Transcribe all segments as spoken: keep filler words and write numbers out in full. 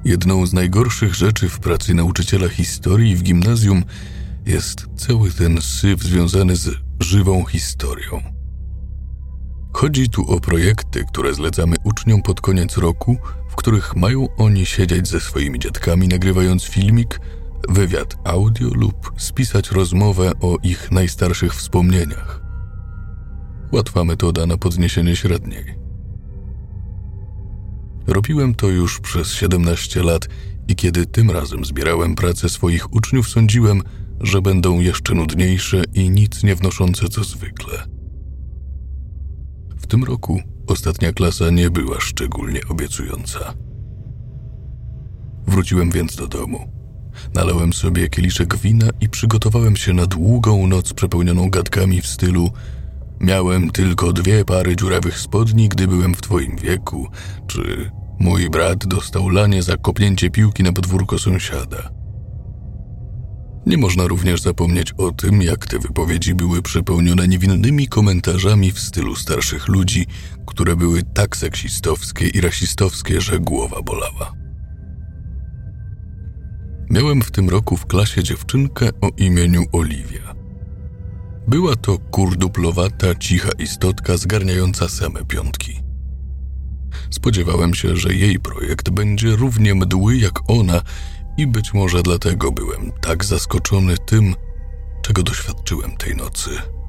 Jedną z najgorszych rzeczy w pracy nauczyciela historii w gimnazjum jest cały ten syf związany z żywą historią. Chodzi tu o projekty, które zlecamy uczniom pod koniec roku, w których mają oni siedzieć ze swoimi dziadkami, nagrywając filmik, wywiad audio lub spisać rozmowę o ich najstarszych wspomnieniach. Łatwa metoda na podniesienie średniej. Robiłem to już przez siedemnaście lat i kiedy tym razem zbierałem pracę swoich uczniów, sądziłem, że będą jeszcze nudniejsze i nic nie wnoszące co zwykle. W tym roku ostatnia klasa nie była szczególnie obiecująca. Wróciłem więc do domu. Nalałem sobie kieliszek wina i przygotowałem się na długą noc przepełnioną gadkami w stylu: miałem tylko dwie pary dziurawych spodni, gdy byłem w twoim wieku, czy mój brat dostał lanie za kopnięcie piłki na podwórko sąsiada. Nie można również zapomnieć o tym, jak te wypowiedzi były przepełnione niewinnymi komentarzami w stylu starszych ludzi, które były tak seksistowskie i rasistowskie, że głowa bolała. Miałem w tym roku w klasie dziewczynkę o imieniu Oliwia. Była to kurduplowata, cicha istotka zgarniająca same piątki. Spodziewałem się, że jej projekt będzie równie mdły jak ona i być może dlatego byłem tak zaskoczony tym, czego doświadczyłem tej nocy.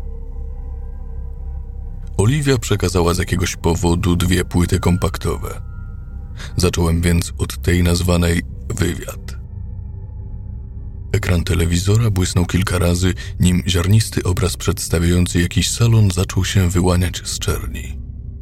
Oliwia przekazała z jakiegoś powodu dwie płyty kompaktowe. Zacząłem więc od tej nazwanej wywiad. Ekran telewizora błysnął kilka razy, nim ziarnisty obraz przedstawiający jakiś salon zaczął się wyłaniać z czerni.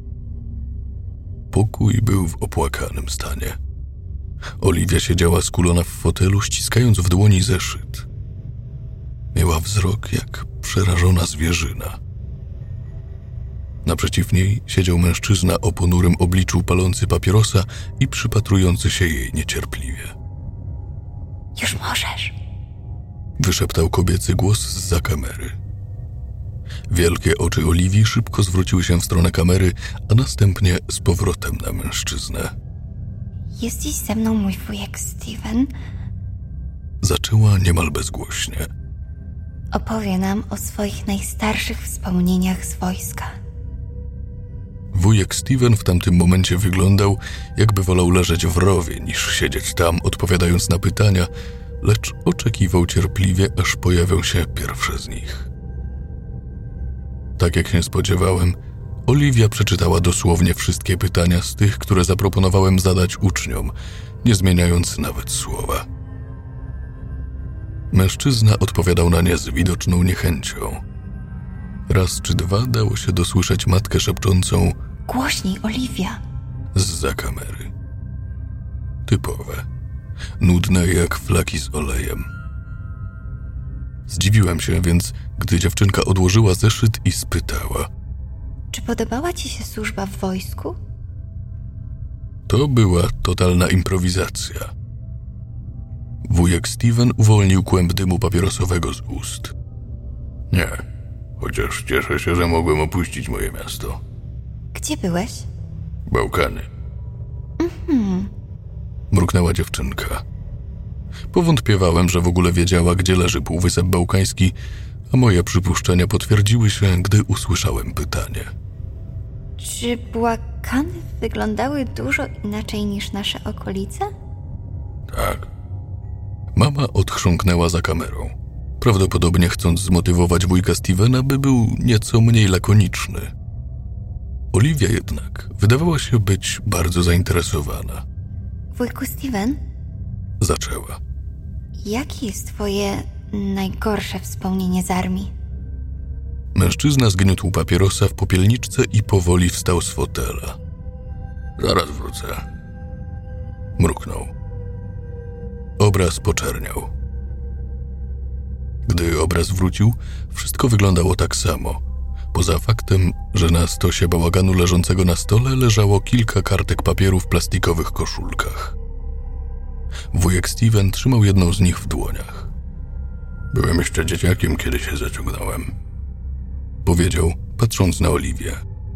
Pokój był w opłakanym stanie. Oliwia siedziała skulona w fotelu, ściskając w dłoni zeszyt. Miała wzrok jak przerażona zwierzyna. Naprzeciw niej siedział mężczyzna o ponurym obliczu, palący papierosa i przypatrujący się jej niecierpliwie. Już możesz, wyszeptał kobiecy głos zza kamery. Wielkie oczy Oliwii szybko zwróciły się w stronę kamery, a następnie z powrotem na mężczyznę. Jest dziś ze mną mój wujek Steven. Zaczęła niemal bezgłośnie. Opowie nam o swoich najstarszych wspomnieniach z wojska. Wujek Steven w tamtym momencie wyglądał, jakby wolał leżeć w rowie, niż siedzieć tam, odpowiadając na pytania, lecz oczekiwał cierpliwie, aż pojawią się pierwsze z nich. Tak jak się spodziewałem, Oliwia przeczytała dosłownie wszystkie pytania z tych, które zaproponowałem zadać uczniom, nie zmieniając nawet słowa. Mężczyzna odpowiadał na nie z widoczną niechęcią. Raz czy dwa dało się dosłyszeć matkę szepczącą: głośniej, Oliwia, zza kamery. Typowe. Nudne jak flaki z olejem. Zdziwiłem się więc, gdy dziewczynka odłożyła zeszyt i spytała: czy podobała ci się służba w wojsku? To była totalna improwizacja. Wujek Steven uwolnił kłęb dymu papierosowego z ust. Nie, chociaż cieszę się, że mogłem opuścić moje miasto. Gdzie byłeś? Bałkany. Mhm. Mruknęła dziewczynka. Powątpiewałem, że w ogóle wiedziała, gdzie leży Półwysep Bałkański, a moje przypuszczenia potwierdziły się, gdy usłyszałem pytanie. Czy Bałkany wyglądały dużo inaczej niż nasze okolice? Tak. Mama odchrząknęła za kamerą, prawdopodobnie chcąc zmotywować wujka Stevena, by był nieco mniej lakoniczny. Oliwia jednak wydawała się być bardzo zainteresowana. Wujku Steven? Zaczęła. Jakie jest twoje najgorsze wspomnienie z armii? Mężczyzna zgniótł papierosa w popielniczce i powoli wstał z fotela. Zaraz wrócę. Mruknął. Obraz poczerniał. Gdy obraz wrócił, wszystko wyglądało tak samo. Poza faktem, że na stosie bałaganu leżącego na stole leżało kilka kartek papieru w plastikowych koszulkach. Wujek Steven trzymał jedną z nich w dłoniach. Byłem jeszcze dzieciakiem, kiedy się zaciągnąłem. Powiedział, patrząc na Oliwię.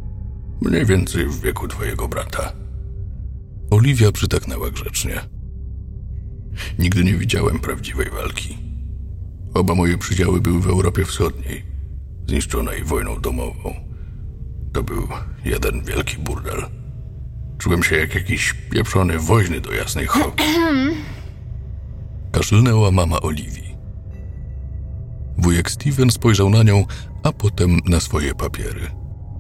Mniej więcej w wieku twojego brata. Oliwia przytaknęła grzecznie. Nigdy nie widziałem prawdziwej walki. Oba moje przydziały były w Europie Wschodniej, zniszczonej wojną domową. To był jeden wielki burdel. Czułem się jak jakiś pieprzony woźny do jasnej cho... Kaszlnęła mama Oliwii. Wujek Steven spojrzał na nią, a potem na swoje papiery.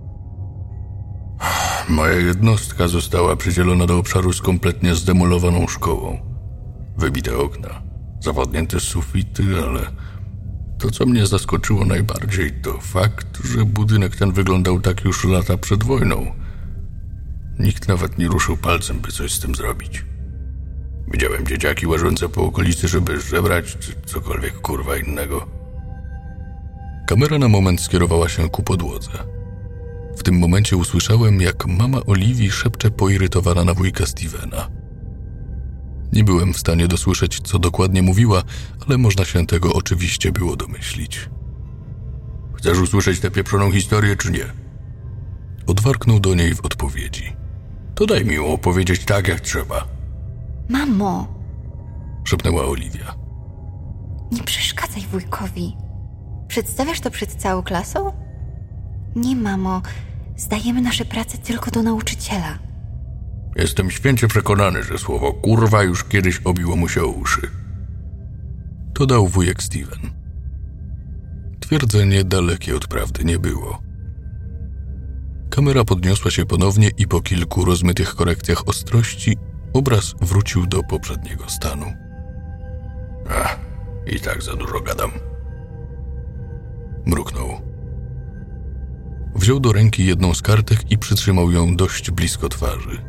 Moja jednostka została przydzielona do obszaru z kompletnie zdemolowaną szkołą. Wybite okna, zawodnięte sufity, ale to, co mnie zaskoczyło najbardziej, to fakt, że budynek ten wyglądał tak już lata przed wojną. Nikt nawet nie ruszył palcem, by coś z tym zrobić. Widziałem dzieciaki łażące po okolicy, żeby żebrać, czy cokolwiek kurwa innego. Kamera na moment skierowała się ku podłodze. W tym momencie usłyszałem, jak mama Oliwii szepcze poirytowana na wujka Stevena. Nie byłem w stanie dosłyszeć, co dokładnie mówiła, ale można się tego oczywiście było domyślić. Chcesz usłyszeć tę pieprzoną historię, czy nie? Odwarknął do niej w odpowiedzi. To daj mi ją opowiedzieć tak, jak trzeba. Mamo! Szepnęła Oliwia. Nie przeszkadzaj wujkowi. Przedstawiasz to przed całą klasą? Nie, mamo. Zdajemy nasze prace tylko do nauczyciela. Jestem święcie przekonany, że słowo kurwa już kiedyś obiło mu się o uszy. Dodał wujek Steven. Twierdzenie dalekie od prawdy nie było. Kamera podniosła się ponownie i po kilku rozmytych korekcjach ostrości obraz wrócił do poprzedniego stanu. Ach, i tak za dużo gadam. Mruknął. Wziął do ręki jedną z kartek i przytrzymał ją dość blisko twarzy.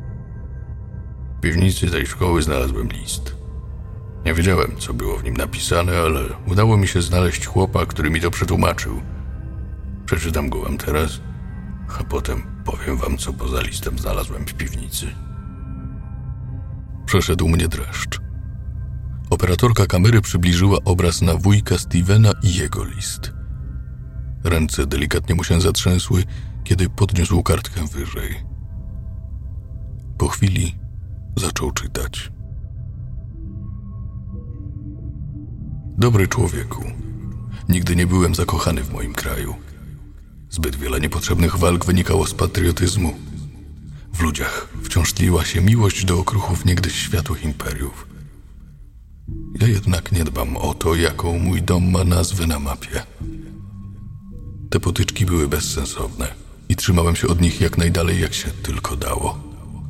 W piwnicy tej szkoły znalazłem list. Nie wiedziałem, co było w nim napisane, ale udało mi się znaleźć chłopa, który mi to przetłumaczył. Przeczytam go wam teraz, a potem powiem wam, co poza listem znalazłem w piwnicy. Przeszedł mnie dreszcz. Operatorka kamery przybliżyła obraz na wujka Stevena i jego list. Ręce delikatnie mu się zatrzęsły, kiedy podniósł kartkę wyżej. Po chwili zaczął czytać. Dobry człowieku, nigdy nie byłem zakochany w moim kraju. Zbyt wiele niepotrzebnych walk wynikało z patriotyzmu. W ludziach wciąż tliła się miłość do okruchów niegdyś światłych imperiów. Ja jednak nie dbam o to, jaką mój dom ma nazwę na mapie. Te potyczki były bezsensowne i trzymałem się od nich jak najdalej, jak się tylko dało.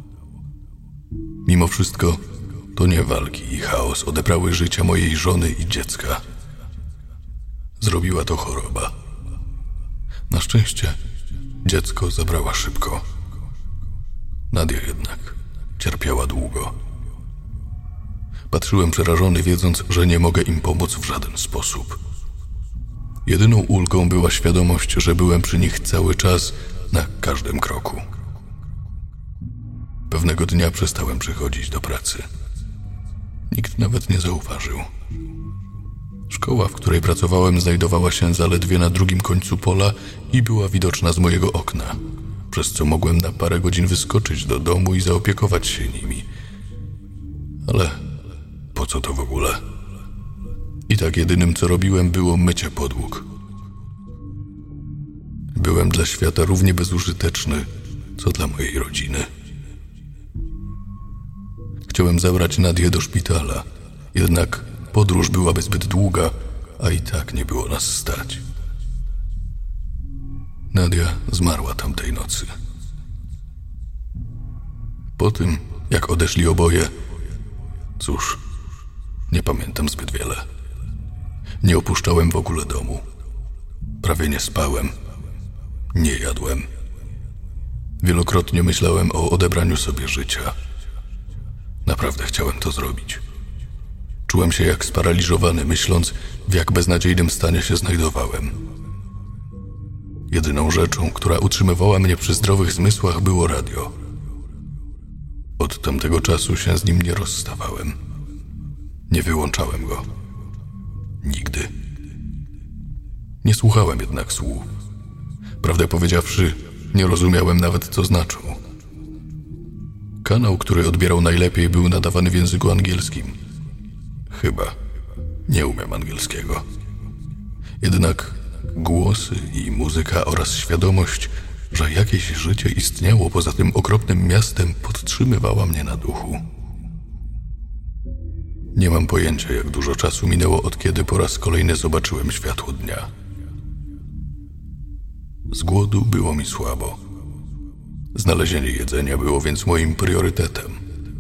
Mimo wszystko, to nie walki i chaos odebrały życia mojej żony i dziecka. Zrobiła to choroba. Na szczęście dziecko zabrała szybko. Nadia jednak cierpiała długo. Patrzyłem przerażony, wiedząc, że nie mogę im pomóc w żaden sposób. Jedyną ulgą była świadomość, że byłem przy nich cały czas, na każdym kroku. Pewnego dnia przestałem przychodzić do pracy. Nikt nawet nie zauważył. Szkoła, w której pracowałem, znajdowała się zaledwie na drugim końcu pola i była widoczna z mojego okna, przez co mogłem na parę godzin wyskoczyć do domu i zaopiekować się nimi. Ale po co to w ogóle? I tak jedynym, co robiłem, było mycie podłóg. Byłem dla świata równie bezużyteczny, co dla mojej rodziny. Chciałem zabrać Nadię do szpitala, jednak podróż byłaby zbyt długa, a i tak nie było nas stać. Nadia zmarła tamtej nocy. Po tym, jak odeszli oboje, cóż, nie pamiętam zbyt wiele. Nie opuszczałem w ogóle domu. Prawie nie spałem. Nie jadłem. Wielokrotnie myślałem o odebraniu sobie życia. Naprawdę chciałem to zrobić. Czułem się jak sparaliżowany, myśląc, w jak beznadziejnym stanie się znajdowałem. Jedyną rzeczą, która utrzymywała mnie przy zdrowych zmysłach, było radio. Od tamtego czasu się z nim nie rozstawałem. Nie wyłączałem go. Nigdy. Nie słuchałem jednak słów. Prawdę powiedziawszy, nie rozumiałem nawet, co znaczą. Kanał, który odbierał najlepiej, był nadawany w języku angielskim, Chyba. Nie umiem angielskiego. Jednak głosy i muzyka oraz świadomość, że jakieś życie istniało poza tym okropnym miastem, podtrzymywała mnie na duchu. Nie mam pojęcia, jak dużo czasu minęło, od kiedy po raz kolejny zobaczyłem światło dnia. Z głodu było mi słabo. Znalezienie jedzenia było więc moim priorytetem.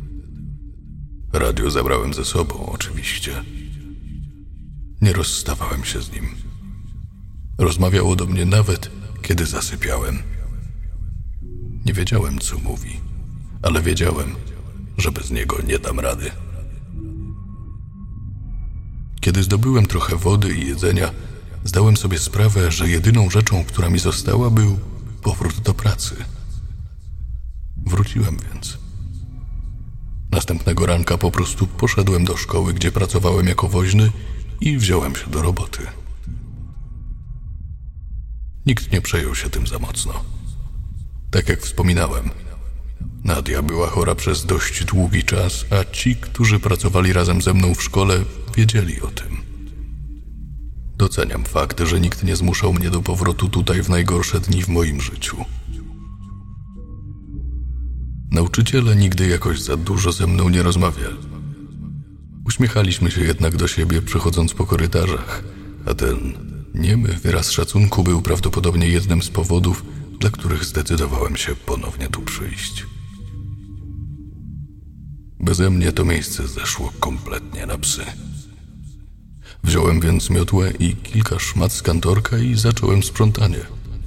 Radio zabrałem ze sobą, oczywiście. Nie rozstawałem się z nim. Rozmawiało do mnie nawet, kiedy zasypiałem. Nie wiedziałem, co mówi, ale wiedziałem, że bez niego nie dam rady. Kiedy zdobyłem trochę wody i jedzenia, zdałem sobie sprawę, że jedyną rzeczą, która mi została, był powrót do pracy. Wróciłem więc. Następnego ranka po prostu poszedłem do szkoły, gdzie pracowałem jako woźny, i wziąłem się do roboty. Nikt nie przejął się tym za mocno. Tak jak wspominałem, Nadia była chora przez dość długi czas, a ci, którzy pracowali razem ze mną w szkole, wiedzieli o tym. Doceniam fakt, że nikt nie zmuszał mnie do powrotu tutaj w najgorsze dni w moim życiu. Nauczyciele nigdy jakoś za dużo ze mną nie rozmawiali. Uśmiechaliśmy się jednak do siebie, przechodząc po korytarzach, a ten niemy wyraz szacunku był prawdopodobnie jednym z powodów, dla których zdecydowałem się ponownie tu przyjść. Beze mnie to miejsce zeszło kompletnie na psy. Wziąłem więc miotłę i kilka szmat z kantorka i zacząłem sprzątanie.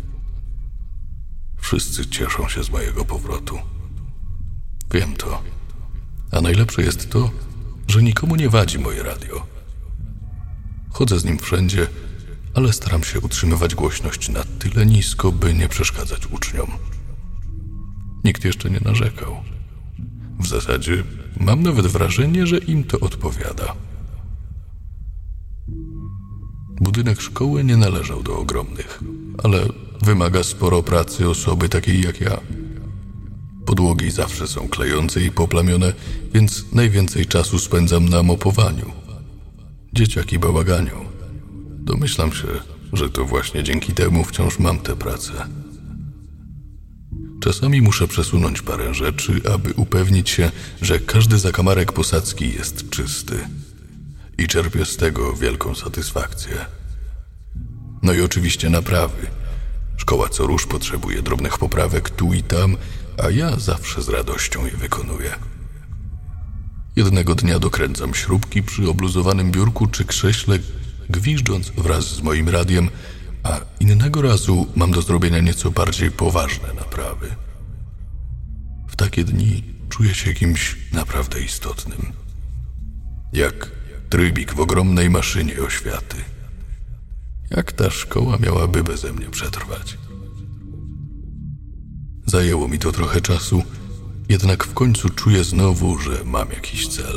Wszyscy cieszą się z mojego powrotu. Wiem to. A najlepsze jest to, że nikomu nie wadzi moje radio. Chodzę z nim wszędzie, ale staram się utrzymywać głośność na tyle nisko, by nie przeszkadzać uczniom. Nikt jeszcze nie narzekał. W zasadzie mam nawet wrażenie, że im to odpowiada. Budynek szkoły nie należał do ogromnych, ale wymaga sporo pracy osoby takiej jak ja. Podłogi zawsze są klejące i poplamione, więc najwięcej czasu spędzam na mopowaniu. Dzieciaki bałaganią. Domyślam się, że to właśnie dzięki temu wciąż mam tę pracę. Czasami muszę przesunąć parę rzeczy, aby upewnić się, że każdy zakamarek posadzki jest czysty. I czerpię z tego wielką satysfakcję. No i oczywiście naprawy. Szkoła co rusz potrzebuje drobnych poprawek tu i tam, a ja zawsze z radością je wykonuję. Jednego dnia dokręcam śrubki przy obluzowanym biurku czy krześle, gwiżdżąc wraz z moim radiem, a innego razu mam do zrobienia nieco bardziej poważne naprawy. W takie dni czuję się kimś naprawdę istotnym. Jak trybik w ogromnej maszynie oświaty. Jak ta szkoła miałaby beze mnie przetrwać? Zajęło mi to trochę czasu, jednak w końcu czuję znowu, że mam jakiś cel.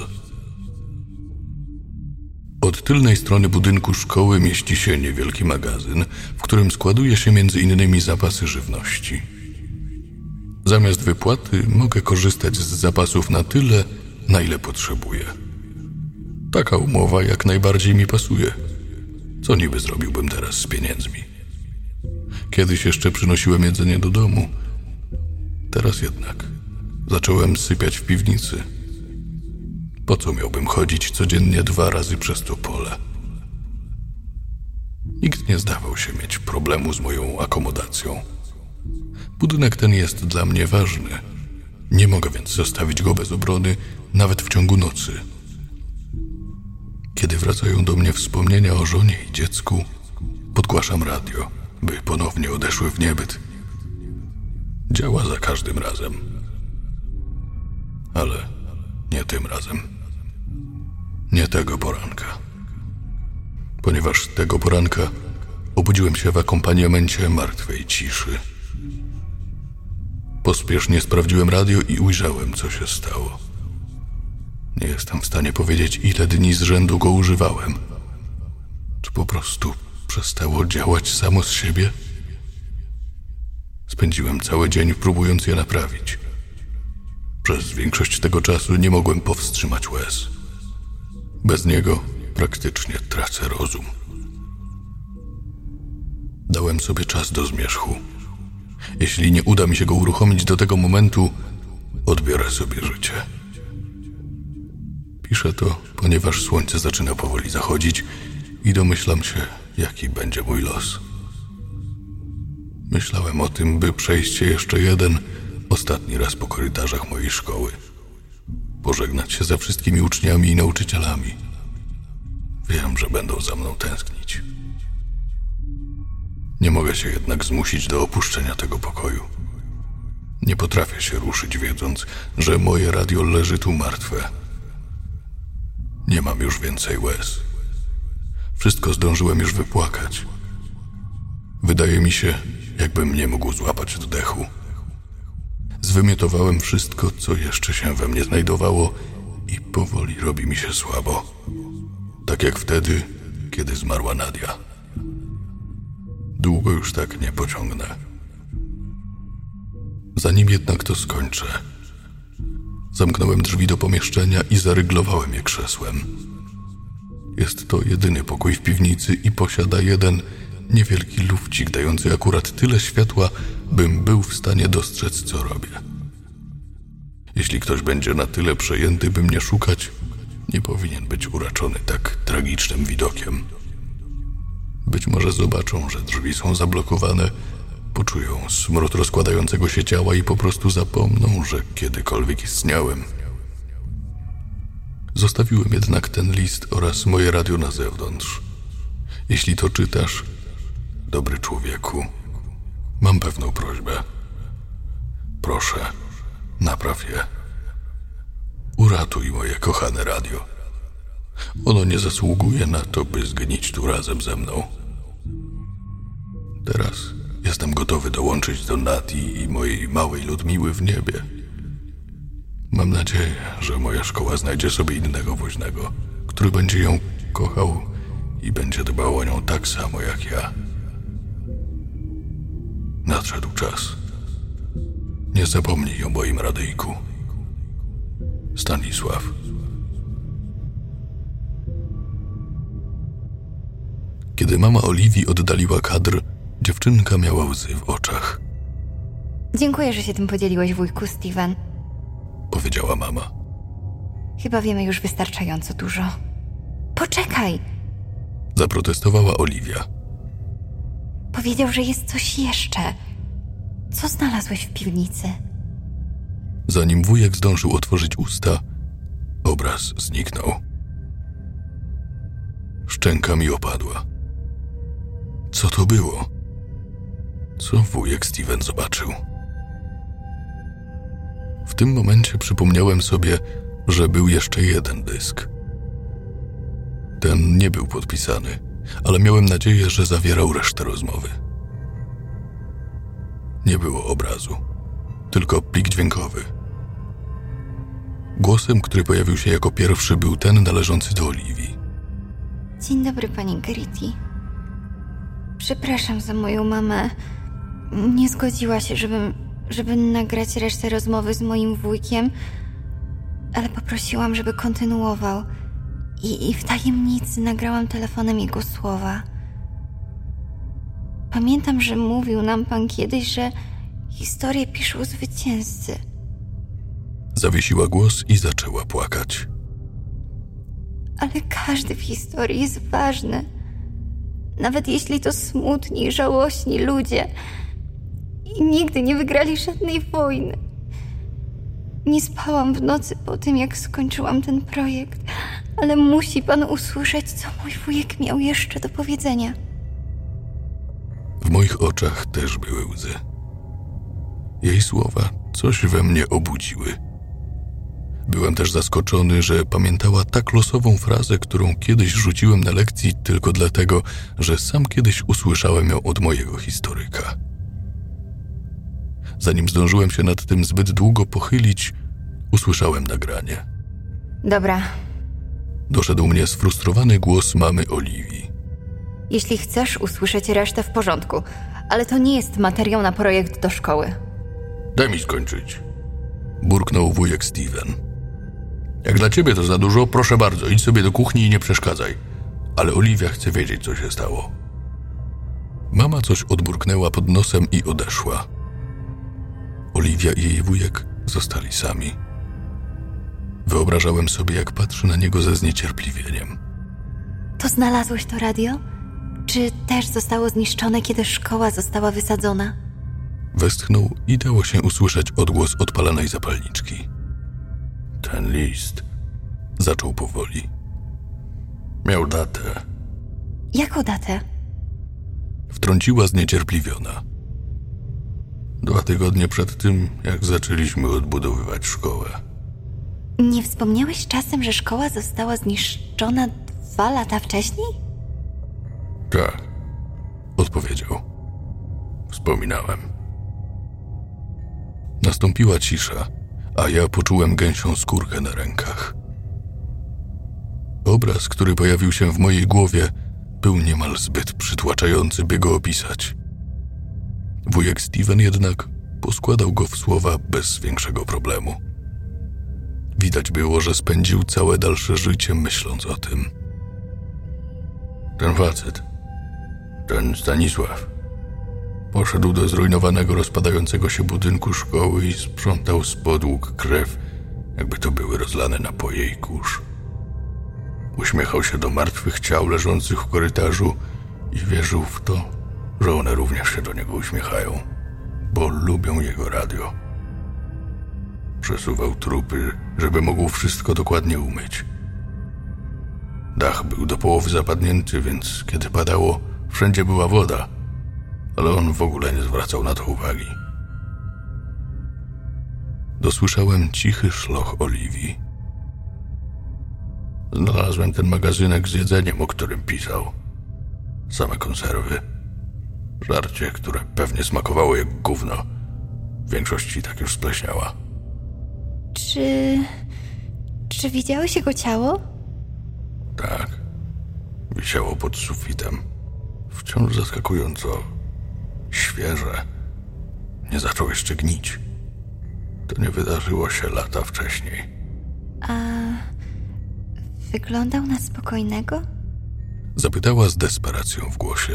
Od tylnej strony budynku szkoły mieści się niewielki magazyn, w którym składuje się między innymi zapasy żywności. Zamiast wypłaty mogę korzystać z zapasów na tyle, na ile potrzebuję. Taka umowa jak najbardziej mi pasuje. Co niby zrobiłbym teraz z pieniędzmi? Kiedyś jeszcze przynosiłem jedzenie do domu. Teraz jednak zacząłem sypiać w piwnicy. Po co miałbym chodzić codziennie dwa razy przez to pole? Nikt nie zdawał się mieć problemu z moją akomodacją. Budynek ten jest dla mnie ważny. Nie mogę więc zostawić go bez obrony, nawet w ciągu nocy. Kiedy wracają do mnie wspomnienia o żonie i dziecku, podgłaszam radio, by ponownie odeszły w niebyt. Działa za każdym razem. Ale nie tym razem. Nie tego poranka. Ponieważ tego poranka obudziłem się w akompaniamencie martwej ciszy. Pospiesznie sprawdziłem radio i ujrzałem, co się stało. Nie jestem w stanie powiedzieć, ile dni z rzędu go używałem. Czy po prostu przestało działać samo z siebie? Spędziłem cały dzień, próbując je naprawić. Przez większość tego czasu nie mogłem powstrzymać łez. Bez niego praktycznie tracę rozum. Dałem sobie czas do zmierzchu. Jeśli nie uda mi się go uruchomić do tego momentu, odbiorę sobie życie. Piszę to, ponieważ słońce zaczyna powoli zachodzić i domyślam się, jaki będzie mój los. Myślałem o tym, by przejść się jeszcze jeden, ostatni raz po korytarzach mojej szkoły. Pożegnać się ze wszystkimi uczniami i nauczycielami. Wiem, że będą za mną tęsknić. Nie mogę się jednak zmusić do opuszczenia tego pokoju. Nie potrafię się ruszyć, wiedząc, że moje radio leży tu martwe. Nie mam już więcej łez. Wszystko zdążyłem już wypłakać. Wydaje mi się, jakbym nie mógł złapać oddechu. Zwymiotowałem wszystko, co jeszcze się we mnie znajdowało i powoli robi mi się słabo. Tak jak wtedy, kiedy zmarła Nadia. Długo już tak nie pociągnę. Zanim jednak to skończę, zamknąłem drzwi do pomieszczenia i zaryglowałem je krzesłem. Jest to jedyny pokój w piwnicy i posiada jeden niewielki lufcik dający akurat tyle światła, bym był w stanie dostrzec, co robię. Jeśli ktoś będzie na tyle przejęty, by mnie szukać, nie powinien być uraczony tak tragicznym widokiem. Być może zobaczą, że drzwi są zablokowane, poczują smród rozkładającego się ciała i po prostu zapomną, że kiedykolwiek istniałem. Zostawiłem jednak ten list oraz moje radio na zewnątrz. Jeśli to czytasz, dobry człowieku, mam pewną prośbę. Proszę, napraw je. Uratuj moje kochane radio. Ono nie zasługuje na to, by zgnić tu razem ze mną. Teraz jestem gotowy dołączyć do Nati i mojej małej Ludmiły w niebie. Mam nadzieję, że moja szkoła znajdzie sobie innego woźnego, który będzie ją kochał i będzie dbał o nią tak samo jak ja. Nadszedł czas. Nie zapomnij o moim radyjku. Stanisław. Kiedy mama Oliwii oddaliła kadr, dziewczynka miała łzy w oczach. Dziękuję, że się tym podzieliłeś, wujku Steven. Powiedziała mama. Chyba wiemy już wystarczająco dużo. Poczekaj! Zaprotestowała Oliwia. Powiedział, że jest coś jeszcze. Co znalazłeś w piwnicy? Zanim wujek zdążył otworzyć usta, obraz zniknął. Szczęka mi opadła. Co to było? Co wujek Steven zobaczył? W tym momencie przypomniałem sobie, że był jeszcze jeden dysk. Ten nie był podpisany, ale miałem nadzieję, że zawierał resztę rozmowy. Nie było obrazu, tylko plik dźwiękowy. Głosem, który pojawił się jako pierwszy, był ten należący do Oliwii. Dzień dobry, pani Gerity. Przepraszam za moją mamę. Nie zgodziła się, żebym, żeby nagrać resztę rozmowy z moim wujkiem, ale poprosiłam, żeby kontynuował. I, i w tajemnicy nagrałam telefonem jego słowa. Pamiętam, że mówił nam pan kiedyś, że historię piszą zwycięzcy. Zawiesiła głos i zaczęła płakać. Ale każdy w historii jest ważny. Nawet jeśli to smutni, żałośni ludzie. I nigdy nie wygrali żadnej wojny. Nie spałam w nocy po tym, jak skończyłam ten projekt, ale musi pan usłyszeć, co mój wujek miał jeszcze do powiedzenia. W moich oczach też były łzy. Jej słowa coś we mnie obudziły. Byłem też zaskoczony, że pamiętała tak losową frazę, którą kiedyś rzuciłem na lekcji tylko dlatego, że sam kiedyś usłyszałem ją od mojego historyka. Zanim zdążyłem się nad tym zbyt długo pochylić, usłyszałem nagranie. Dobra. Doszedł mnie sfrustrowany głos mamy Oliwii. Jeśli chcesz usłyszeć resztę, w porządku, ale to nie jest materiał na projekt do szkoły. Daj mi skończyć. Burknął wujek Steven. Jak dla ciebie to za dużo, proszę bardzo, idź sobie do kuchni i nie przeszkadzaj. Ale Oliwia chce wiedzieć, co się stało. Mama coś odburknęła pod nosem i odeszła. Oliwia i jej wujek zostali sami. Wyobrażałem sobie, jak patrzy na niego ze zniecierpliwieniem. To znalazłeś to radio? Czy też zostało zniszczone, kiedy szkoła została wysadzona? Westchnął i dało się usłyszeć odgłos odpalanej zapalniczki. Ten list, zaczął powoli, miał datę. Jaką datę? Wtrąciła zniecierpliwiona. Dwa tygodnie przed tym, jak zaczęliśmy odbudowywać szkołę. Nie wspomniałeś czasem, że szkoła została zniszczona dwa lata wcześniej? Tak, odpowiedział. Wspominałem. Nastąpiła cisza, a ja poczułem gęsią skórkę na rękach. Obraz, który pojawił się w mojej głowie, był niemal zbyt przytłaczający, by go opisać. Wujek Steven jednak poskładał go w słowa bez większego problemu. Widać było, że spędził całe dalsze życie myśląc o tym. Ten facet, ten Stanisław, poszedł do zrujnowanego, rozpadającego się budynku szkoły i sprzątał z podłóg krew, jakby to były rozlane napoje i kurz. Uśmiechał się do martwych ciał leżących w korytarzu i wierzył w to, że one również się do niego uśmiechają, bo lubią jego radio. Przesuwał trupy, żeby mógł wszystko dokładnie umyć. Dach był do połowy zapadnięty, więc kiedy padało, wszędzie była woda, ale on w ogóle nie zwracał na to uwagi. Dosłyszałem cichy szloch Oliwii. Znalazłem ten magazynek z jedzeniem, o którym pisał. Same konserwy. Żarcie, które pewnie smakowało jak gówno. W większości tak już spleśniała. Czy... Czy widziałeś jego ciało? Tak. Wisiało pod sufitem. Wciąż zaskakująco świeże. Nie zaczął jeszcze gnić. To nie wydarzyło się lata wcześniej. A... wyglądał na spokojnego? Zapytała z desperacją w głosie.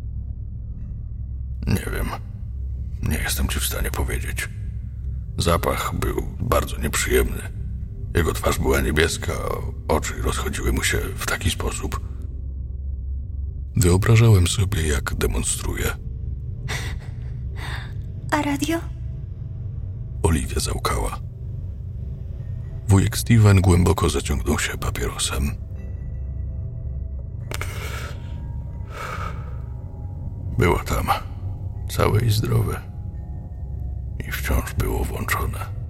Nie wiem. Nie jestem ci w stanie powiedzieć. Zapach był bardzo nieprzyjemny. Jego twarz była niebieska, a oczy rozchodziły mu się w taki sposób. Wyobrażałem sobie, jak demonstruje. A radio? Oliwia załkała. Wujek Steven głęboko zaciągnął się papierosem. Było tam, całe i zdrowe. I wciąż było włączone.